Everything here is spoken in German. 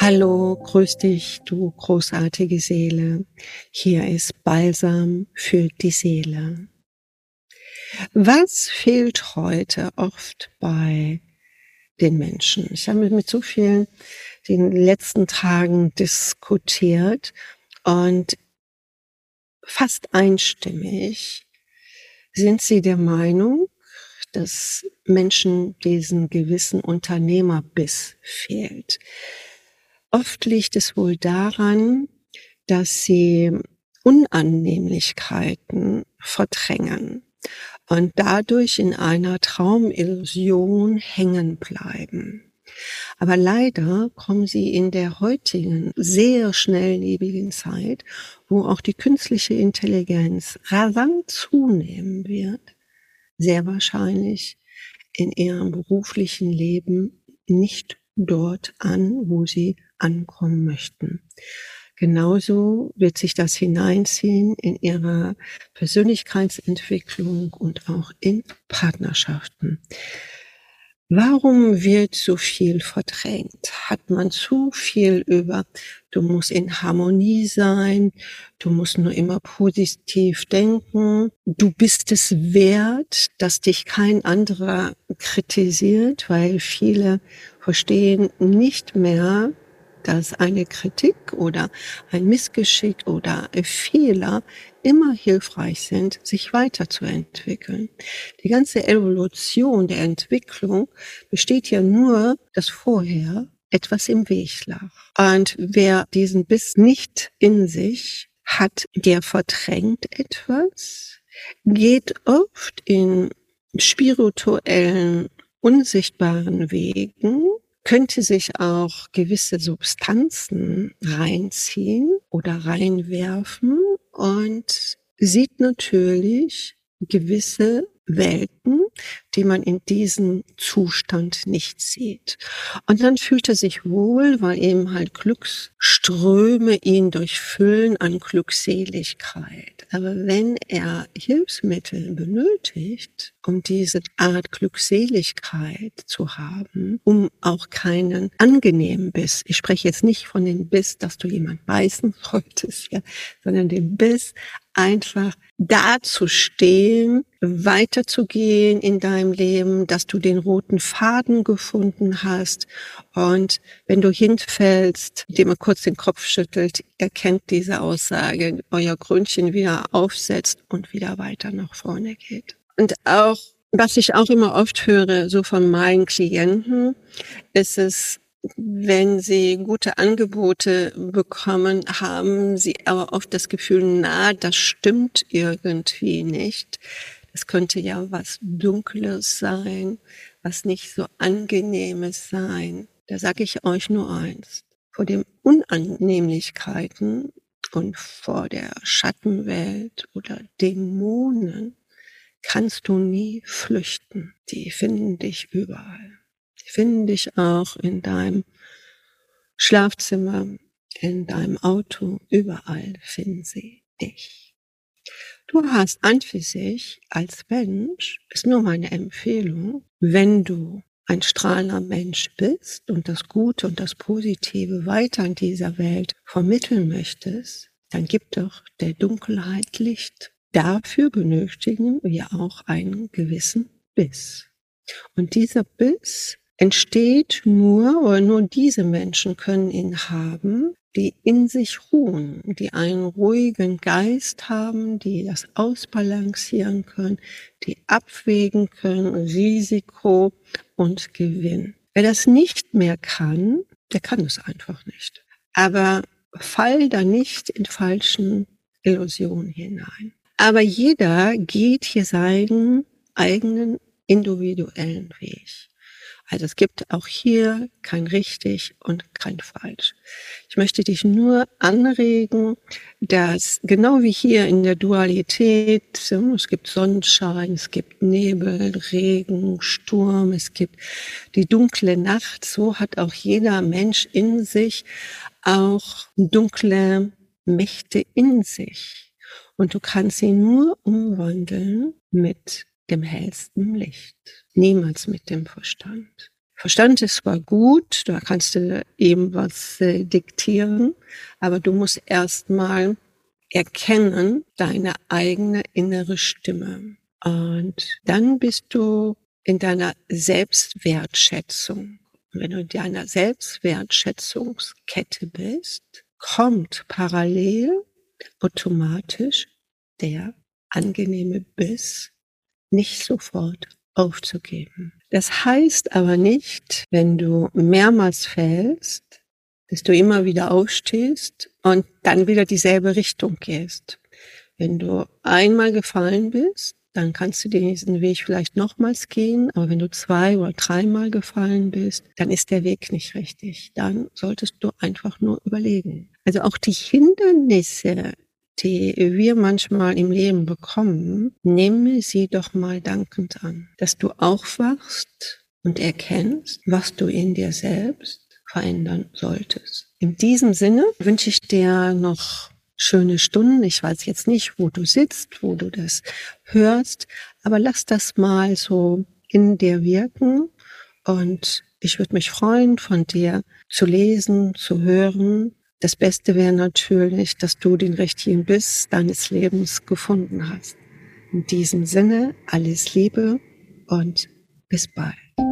Hallo, grüß dich, du großartige Seele. Hier ist Balsam für die Seele. Was fehlt heute oft bei den Menschen? Ich habe mit so vielen den letzten Tagen diskutiert und fast einstimmig sind sie der Meinung, dass Menschen diesen gewissen Unternehmerbiss fehlt. Oft liegt es wohl daran, dass sie Unannehmlichkeiten verdrängen und dadurch in einer Traumillusion hängen bleiben. Aber leider kommen sie in der heutigen, sehr schnelllebigen Zeit, wo auch die künstliche Intelligenz rasant zunehmen wird, sehr wahrscheinlich in ihrem beruflichen Leben nicht dort an, wo sie ankommen möchten. Genauso wird sich das hineinziehen in ihrer Persönlichkeitsentwicklung und auch in Partnerschaften. Warum wird so viel verdrängt? Hat man zu viel über, du musst in Harmonie sein, du musst nur immer positiv denken, du bist es wert, dass dich kein anderer kritisiert, weil viele verstehen nicht mehr, dass eine Kritik oder ein Missgeschick oder Fehler immer hilfreich sind, sich weiterzuentwickeln. Die ganze Evolution der Entwicklung besteht ja nur, dass vorher etwas im Weg lag. Und wer diesen Biss nicht in sich hat, der verdrängt etwas, geht oft in spirituellen, unsichtbaren Wegen, könnte sich auch gewisse Substanzen reinziehen oder reinwerfen und sieht natürlich gewisse Welten, die man in diesem Zustand nicht sieht. Und dann fühlt er sich wohl, weil eben halt Glücksströme ihn durchfüllen an Glückseligkeit. Aber wenn er Hilfsmittel benötigt, um diese Art Glückseligkeit zu haben, um auch keinen angenehmen Biss, ich spreche jetzt nicht von dem Biss, dass du jemand beißen solltest, ja, sondern den Biss, einfach dazustehen, weiterzugehen in deinem Leben, dass du den roten Faden gefunden hast. Und wenn du hinfällst, indem er kurz den Kopf schüttelt, erkennt diese Aussage, euer Krönchen wieder aufsetzt und wieder weiter nach vorne geht. Und auch, was ich auch immer oft höre, so von meinen Klienten, ist es, wenn sie gute Angebote bekommen, haben sie aber oft das Gefühl, na, das stimmt irgendwie nicht. Das könnte ja was Dunkles sein, was nicht so Angenehmes sein. Da sage ich euch nur eins. Vor den Unannehmlichkeiten und vor der Schattenwelt oder Dämonen kannst du nie flüchten. Die finden dich überall. Die finden dich auch in deinem Schlafzimmer, in deinem Auto, überall finden sie dich. Du hast an für sich als Mensch, ist nur meine Empfehlung, wenn du ein strahlender Mensch bist und das Gute und das Positive weiter in dieser Welt vermitteln möchtest, dann gib doch der Dunkelheit Licht. Dafür benötigen wir auch einen gewissen Biss. Und dieser Biss entsteht nur, oder nur diese Menschen können ihn haben, die in sich ruhen, die einen ruhigen Geist haben, die das ausbalancieren können, die abwägen können, Risiko und Gewinn. Wer das nicht mehr kann, der kann es einfach nicht. Aber fall da nicht in falschen Illusionen hinein. Aber jeder geht hier seinen eigenen individuellen Weg. Also es gibt auch hier kein richtig und kein falsch. Ich möchte dich nur anregen, dass genau wie hier in der Dualität, es gibt Sonnenschein, es gibt Nebel, Regen, Sturm, es gibt die dunkle Nacht, so hat auch jeder Mensch in sich auch dunkle Mächte in sich. Und du kannst sie nur umwandeln mit dem hellsten Licht, niemals mit dem Verstand. Verstand ist zwar gut, da kannst du ihm was, diktieren, aber du musst erst mal erkennen, deine eigene innere Stimme. Und dann bist du in deiner Selbstwertschätzung. Und wenn du in deiner Selbstwertschätzungskette bist, kommt parallel automatisch der angenehme Biss, nicht sofort aufzugeben. Das heißt aber nicht, wenn du mehrmals fällst, dass du immer wieder aufstehst und dann wieder dieselbe Richtung gehst. Wenn du einmal gefallen bist, dann kannst du diesen Weg vielleicht nochmals gehen, aber wenn du 2 oder dreimal gefallen bist, dann ist der Weg nicht richtig. Dann solltest du einfach nur überlegen. Also auch die Hindernisse, die wir manchmal im Leben bekommen, nehme sie doch mal dankend an, dass du aufwachst und erkennst, was du in dir selbst verändern solltest. In diesem Sinne wünsche ich dir noch schöne Stunden. Ich weiß jetzt nicht, wo du sitzt, wo du das hörst, aber lass das mal so in dir wirken und ich würde mich freuen, von dir zu lesen, zu hören. Das Beste wäre natürlich, dass du den richtigen Biss deines Lebens gefunden hast. In diesem Sinne, alles Liebe und bis bald.